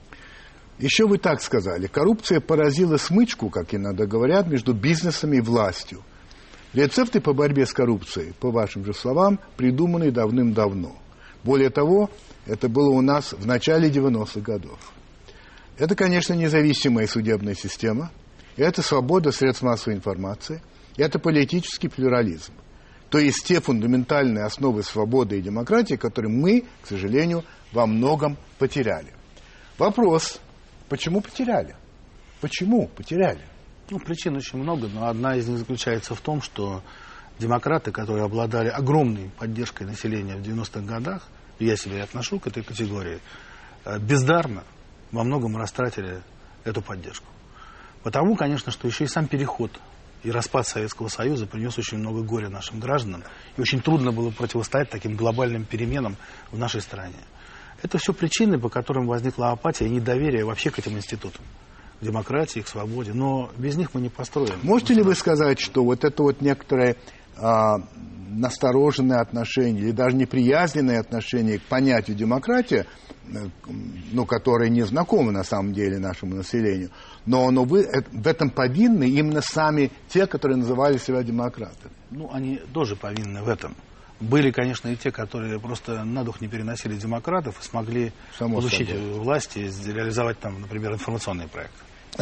Еще вы так сказали. Коррупция поразила смычку, как иногда говорят, между бизнесом и властью. Рецепты по борьбе с коррупцией, по вашим же словам, придуманы давным-давно. Более того, это было у нас в начале 90-х годов. Это, конечно, независимая судебная система, это свобода средств массовой информации, это политический плюрализм. То есть те фундаментальные основы свободы и демократии, которые мы, к сожалению, во многом потеряли. Вопрос, почему потеряли? Почему потеряли? Причин очень много, но одна из них заключается в том, что демократы, которые обладали огромной поддержкой населения в 90-х годах, я себя отношу к этой категории, бездарно во многом растратили эту поддержку. Потому, конечно, что еще и сам переход и распад Советского Союза принес очень много горя нашим гражданам, и очень трудно было противостоять таким глобальным переменам в нашей стране. Это все причины, по которым возникла апатия и недоверие вообще к этим институтам. К демократии, к свободе, но без них мы не построим. Можете ли вы сказать, что вот это вот некоторое настороженное отношение или даже неприязненное отношение к понятию демократия, которое не знакомо на самом деле нашему населению, но в этом повинны именно сами те, которые называли себя демократами? Они тоже повинны в этом. Были, конечно, и те, которые просто на дух не переносили демократов и смогли получить власть и реализовать там, например, информационный проект.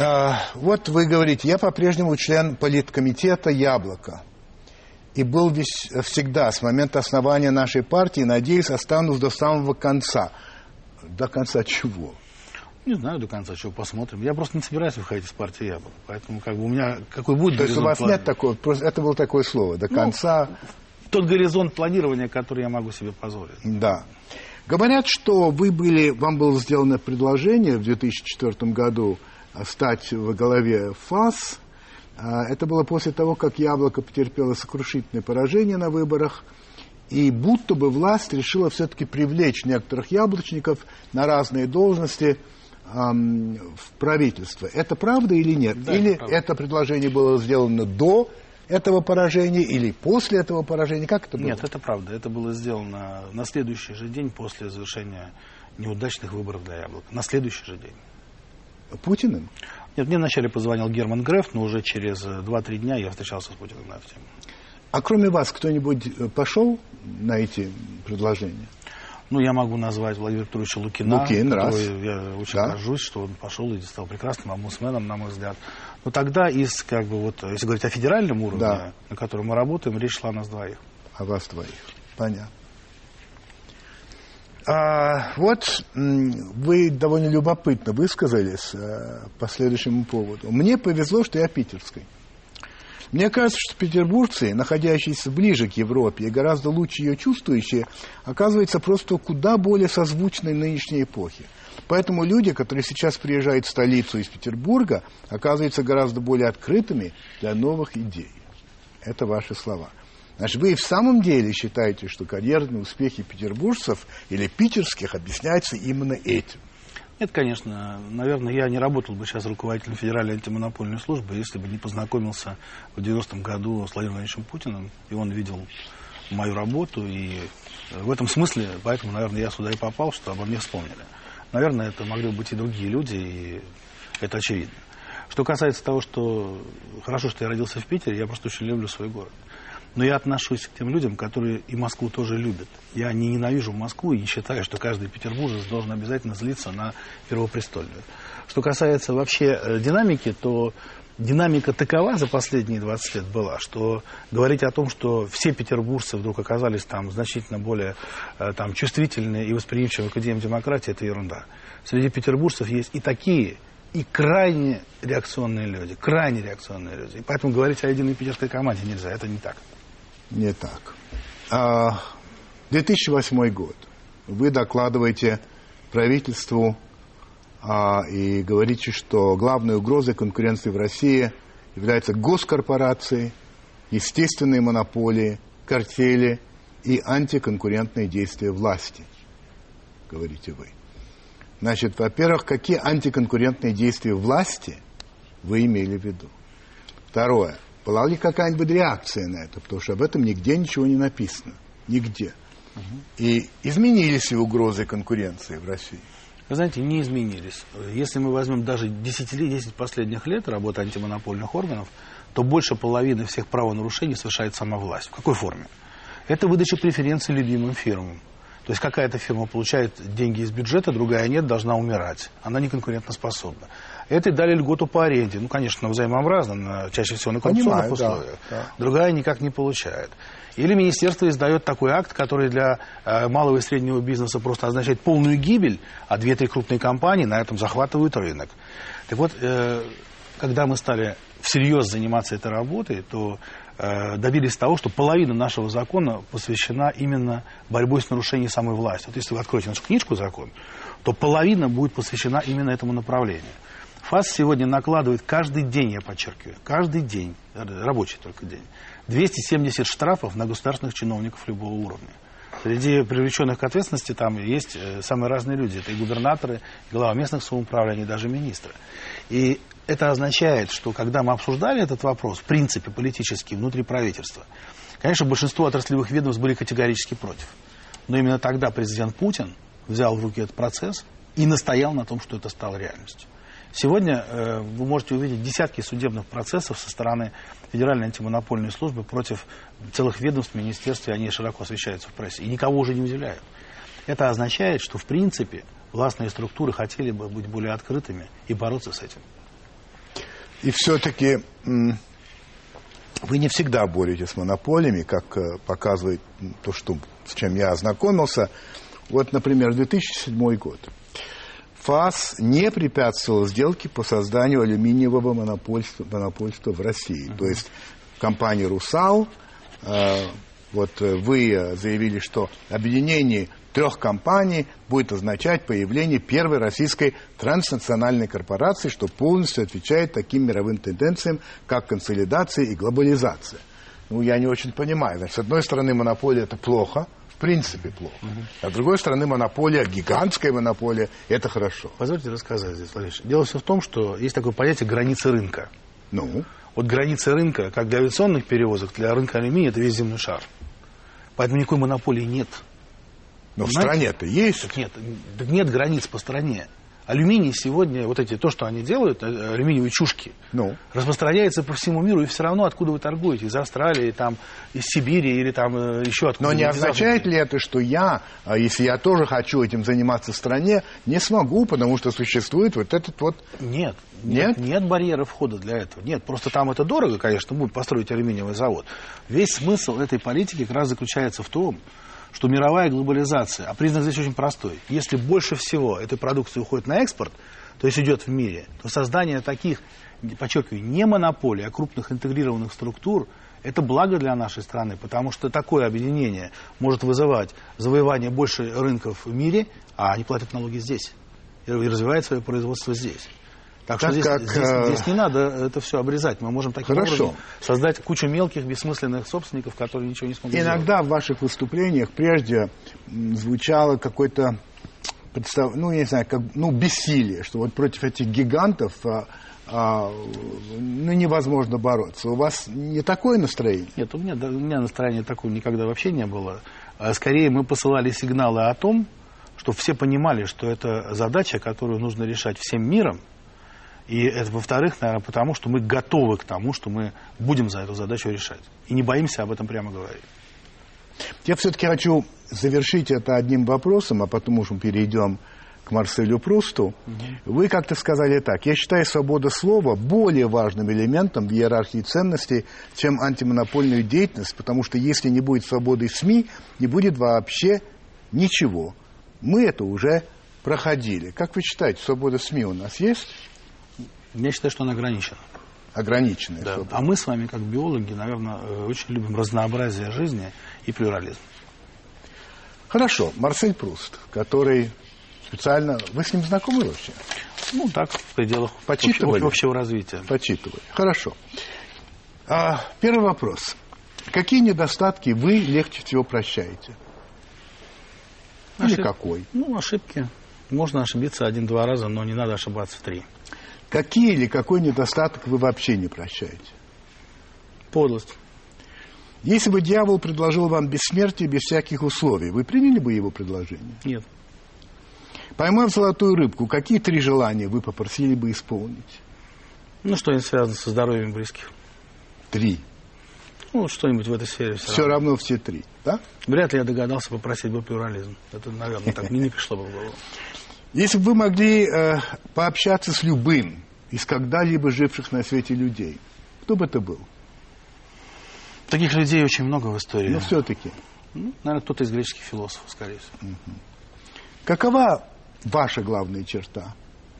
Вот вы говорите, я по-прежнему член политкомитета «Яблоко». И был всегда, с момента основания нашей партии, надеюсь, останусь до самого конца. До конца чего? Не знаю, до конца чего, посмотрим. Я просто не собираюсь выходить из партии «Яблоко». Поэтому у меня какой будет горизонт. То есть у вас нет такого, это было такое слово, до конца... Тот горизонт планирования, который я могу себе позволить. Да. Говорят, что вам было сделано предложение в 2004 году стать во главе ФАС, это было после того, как «Яблоко» потерпело сокрушительное поражение на выборах, и будто бы власть решила все-таки привлечь некоторых яблочников на разные должности в правительство. Это правда или нет? Да, или это предложение было сделано до этого поражения, или после этого поражения? Как это было? Нет, это правда. Это было сделано на следующий же день после завершения неудачных выборов для «Яблока». На следующий же день. Путиным? Нет, мне вначале позвонил Герман Греф, но уже через 2-3 дня я встречался с Путиным на эту тему. А кроме вас кто-нибудь пошел на эти предложения? Ну, я могу назвать Владимира Петровича Лукина, я очень горжусь, что он пошел и стал прекрасным омбудсменом, на мой взгляд. Но тогда, если говорить о федеральном уровне, на котором мы работаем, речь шла о нас двоих. О вас двоих, понятно. Вы довольно любопытно высказались по следующему поводу. Мне повезло, что я питерский. Мне кажется, что петербуржцы, находящиеся ближе к Европе и гораздо лучше ее чувствующие, оказываются просто куда более созвучны нынешней эпохе. Поэтому люди, которые сейчас приезжают в столицу из Петербурга, оказываются гораздо более открытыми для новых идей. Это ваши слова. Значит, вы и в самом деле считаете, что карьерные успехи петербуржцев или питерских объясняются именно этим? Нет, конечно. Наверное, я не работал бы сейчас руководителем Федеральной антимонопольной службы, если бы не познакомился в 90-м году с Владимиром Владимировичем Путиным, и он видел мою работу, и в этом смысле, поэтому, наверное, я сюда и попал, что обо мне вспомнили. Наверное, это могли быть и другие люди, и это очевидно. Что касается того, что хорошо, что я родился в Питере, я просто очень люблю свой город. Но я отношусь к тем людям, которые и Москву тоже любят. Я не ненавижу Москву и не считаю, что каждый петербуржец должен обязательно злиться на Первопрестольную. Что касается вообще динамики, то динамика такова за последние 20 лет была, что говорить о том, что все петербуржцы вдруг оказались там значительно более чувствительные и восприимчивы к идеям демократии, это ерунда. Среди петербуржцев есть и такие, и крайне реакционные люди. И поэтому говорить о единой питерской команде нельзя, это не так. Не так. 2008 год. Вы докладываете правительству и говорите, что главной угрозой конкуренции в России являются госкорпорации, естественные монополии, картели и антиконкурентные действия власти, говорите вы. Значит, во-первых, какие антиконкурентные действия власти вы имели в виду? Второе. Была ли какая-нибудь реакция на это? Потому что об этом нигде ничего не написано. Нигде. И изменились ли угрозы конкуренции в России? Вы знаете, не изменились. Если мы возьмем даже 10 последних лет работы антимонопольных органов, то больше половины всех правонарушений совершает сама власть. В какой форме? Это выдача преференций любимым фирмам. То есть какая-то фирма получает деньги из бюджета, другая нет, должна умирать. Она не конкурентоспособна. Это дали льготу по аренде. Ну, конечно, взаимообразно, чаще всего на коррупционных условиях. Да. Другая никак не получает. Или министерство издает такой акт, который для малого и среднего бизнеса просто означает полную гибель, а 2-3 крупные компании на этом захватывают рынок. Так вот, когда мы стали всерьез заниматься этой работой, то добились того, что половина нашего закона посвящена именно борьбе с нарушением самой власти. Вот если вы откроете нашу книжку «Закон», то половина будет посвящена именно этому направлению. ФАС сегодня накладывает каждый день, я подчеркиваю, каждый день, рабочий только день, 270 штрафов на государственных чиновников любого уровня. Среди привлеченных к ответственности там есть самые разные люди. Это и губернаторы, и глава местных самоуправлений, и даже министры. И это означает, что когда мы обсуждали этот вопрос, в принципе, политически, внутри правительства, конечно, большинство отраслевых ведомств были категорически против. Но именно тогда президент Путин взял в руки этот процесс и настоял на том, что это стало реальностью. Сегодня вы можете увидеть десятки судебных процессов со стороны Федеральной антимонопольной службы против целых ведомств, министерств, и они широко освещаются в прессе. И никого уже не удивляют. Это означает, что в принципе властные структуры хотели бы быть более открытыми и бороться с этим. И все-таки вы не всегда боретесь с монополиями, как показывает то, с чем я ознакомился. Вот, например, 2007 год. ФАС не препятствовал сделке по созданию алюминиевого монопольства в России. То есть компания «Русал», вот вы заявили, что объединение 3 компаний будет означать появление первой российской транснациональной корпорации, что полностью отвечает таким мировым тенденциям, как консолидация и глобализация. Ну, я не очень понимаю. Значит, с одной стороны, монополия – это плохо, в принципе плохо. А с другой стороны, монополия, гигантская монополия – это хорошо. Позвольте рассказать здесь, Владимир. Дело все в том, что есть такое понятие границы рынка. Ну? Вот границы рынка, как для авиационных перевозок, для рынка алюминия – это весь земной шар. Поэтому никакой монополии нет. Но понимаете? В стране-то есть. Нет границ по стране. Алюминий сегодня, вот эти, то, что они делают, алюминиевые чушки, распространяется по всему миру, и все равно откуда вы торгуете, из Австралии, там, из Сибири или там еще откуда. Но не означает ли это, что я, если я тоже хочу этим заниматься в стране, не смогу, потому что существует вот этот вот... Нет барьера входа для этого. Нет, просто там это дорого, конечно, будет построить алюминиевый завод. Весь смысл этой политики как раз заключается в том, что мировая глобализация, а признак здесь очень простой. Если больше всего этой продукции уходит на экспорт, то есть идет в мире, то создание таких, подчеркиваю, не монополий, а крупных интегрированных структур – это благо для нашей страны, потому что такое объединение может вызывать завоевание больше рынков в мире, а они платят налоги здесь и развивают свое производство здесь. Так что здесь не надо это все обрезать. Мы можем таким образом создать кучу мелких, бессмысленных собственников, которые ничего не смогут сделать. Иногда в ваших выступлениях прежде звучало какое-то, бессилие, что вот против этих гигантов невозможно бороться. У вас не такое настроение? Нет, у меня настроения такого никогда вообще не было. Скорее, мы посылали сигналы о том, что все понимали, что это задача, которую нужно решать всем миром. И это, во-вторых, наверное, потому что мы готовы к тому, что мы будем за эту задачу решать. И не боимся об этом прямо говорить. Я все-таки хочу завершить это одним вопросом, а потом уже перейдем к Марселю Прусту. Вы как-то сказали так: я считаю свободу слова более важным элементом в иерархии ценностей, чем антимонопольную деятельность, потому что если не будет свободы СМИ, не будет вообще ничего. Мы это уже проходили. Как вы считаете, свобода СМИ у нас есть? Я считаю, что она ограничена. Ограниченная. Да. А мы с вами, как биологи, наверное, очень любим разнообразие жизни и плюрализм. Хорошо. Марсель Пруст, который специально... Вы с ним знакомы вообще? Ну, так, в пределах общего развития. Почитывали. Хорошо. Первый вопрос. Какие недостатки вы легче всего прощаете? Или какой? Ну, ошибки. Можно ошибиться 1-2 раза, но не надо ошибаться 3. Какие или какой недостаток вы вообще не прощаете? Подлость. Если бы дьявол предложил вам бессмертие без всяких условий, вы приняли бы его предложение? Нет. Поймав золотую рыбку, какие 3 желания вы попросили бы исполнить? Ну, что-нибудь связано со здоровьем близких. 3. Ну, что-нибудь в этой сфере. Все равно все 3, да? Вряд ли я догадался попросить бы плюрализм. Это, наверное, так мне не пришло бы в голову. Если бы вы могли пообщаться с любым из когда-либо живших на свете людей, кто бы это был? Таких людей очень много в истории. Но все-таки. Наверное, кто-то из греческих философов, скорее всего. Какова ваша главная черта?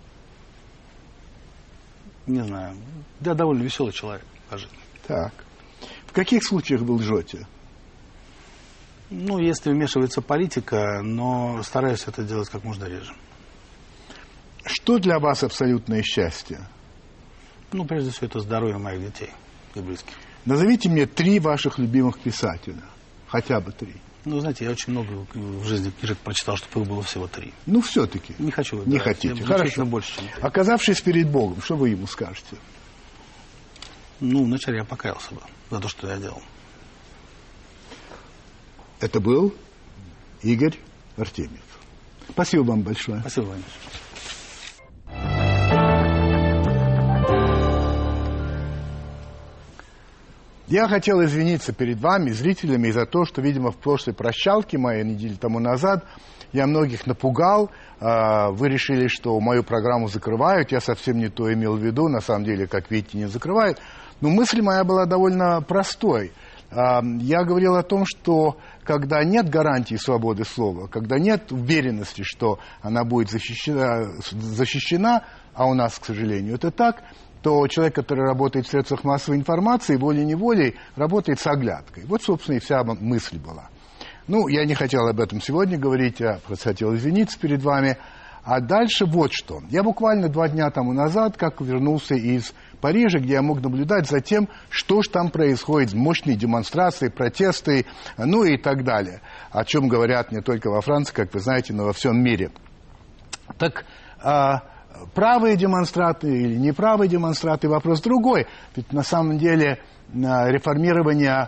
Не знаю. Я довольно веселый человек по жизни. Так. В каких случаях вы лжете? Ну, если вмешивается политика, но стараюсь это делать как можно реже. Что для вас абсолютное счастье? Ну, прежде всего, это здоровье моих детей и близких. Назовите мне 3 ваших любимых писателя. Хотя бы 3. Ну, знаете, я очень много в жизни книжек прочитал, чтобы их было всего 3. Ну, все-таки. Не хочу выбирать. Не хотите. Хорошо. Больше, чем 3. Оказавшись перед Богом, что вы ему скажете? Ну, вначале я покаялся бы за то, что я делал. Это был Игорь Артемьев. Спасибо вам большое. Спасибо, Владимир. Я хотел извиниться перед вами, зрителями, за то, что, видимо, в прошлой прощалке моей недели тому назад я многих напугал. Вы решили, что мою программу закрывают. Я совсем не то имел в виду. На самом деле, как видите, не закрывают. Но мысль моя была довольно простой. Я говорил о том, что когда нет гарантии свободы слова, когда нет уверенности, что она будет защищена, а у нас, к сожалению, это так, то человек, который работает в средствах массовой информации, волей-неволей работает с оглядкой. Вот, собственно, и вся мысль была. Ну, я не хотел об этом сегодня говорить, я просто хотел извиниться перед вами. А дальше вот что. Я буквально 2 дня тому назад, как вернулся из Парижа, где я мог наблюдать за тем, что же там происходит, мощные демонстрации, протесты, ну и так далее. О чем говорят не только во Франции, как вы знаете, но во всем мире. Так, правые демонстраты или неправые демонстраты, вопрос другой. Ведь на самом деле реформирование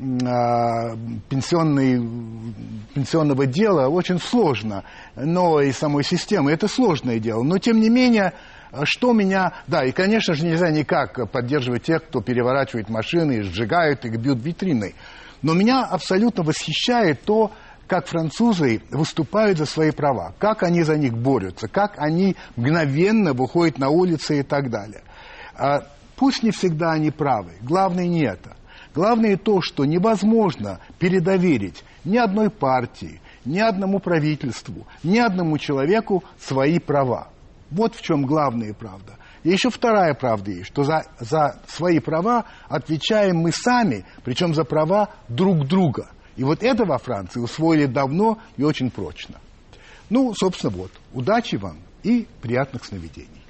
пенсионного дела очень сложно, но и самой системы это сложное дело. Но тем не менее, что меня... Да, и, конечно же, нельзя никак поддерживать тех, кто переворачивает машины, сжигают их, бьют витриной. Но меня абсолютно восхищает то, как французы выступают за свои права, как они за них борются, как они мгновенно выходят на улицы и так далее. Пусть не всегда они правы, главное не это. Главное то, что невозможно передоверить ни одной партии, ни одному правительству, ни одному человеку свои права. Вот в чем главная правда. И еще вторая правда есть, что за свои права отвечаем мы сами, причем за права друг друга. И вот это во Франции усвоили давно и очень прочно. Ну, собственно, вот. Удачи вам и приятных сновидений.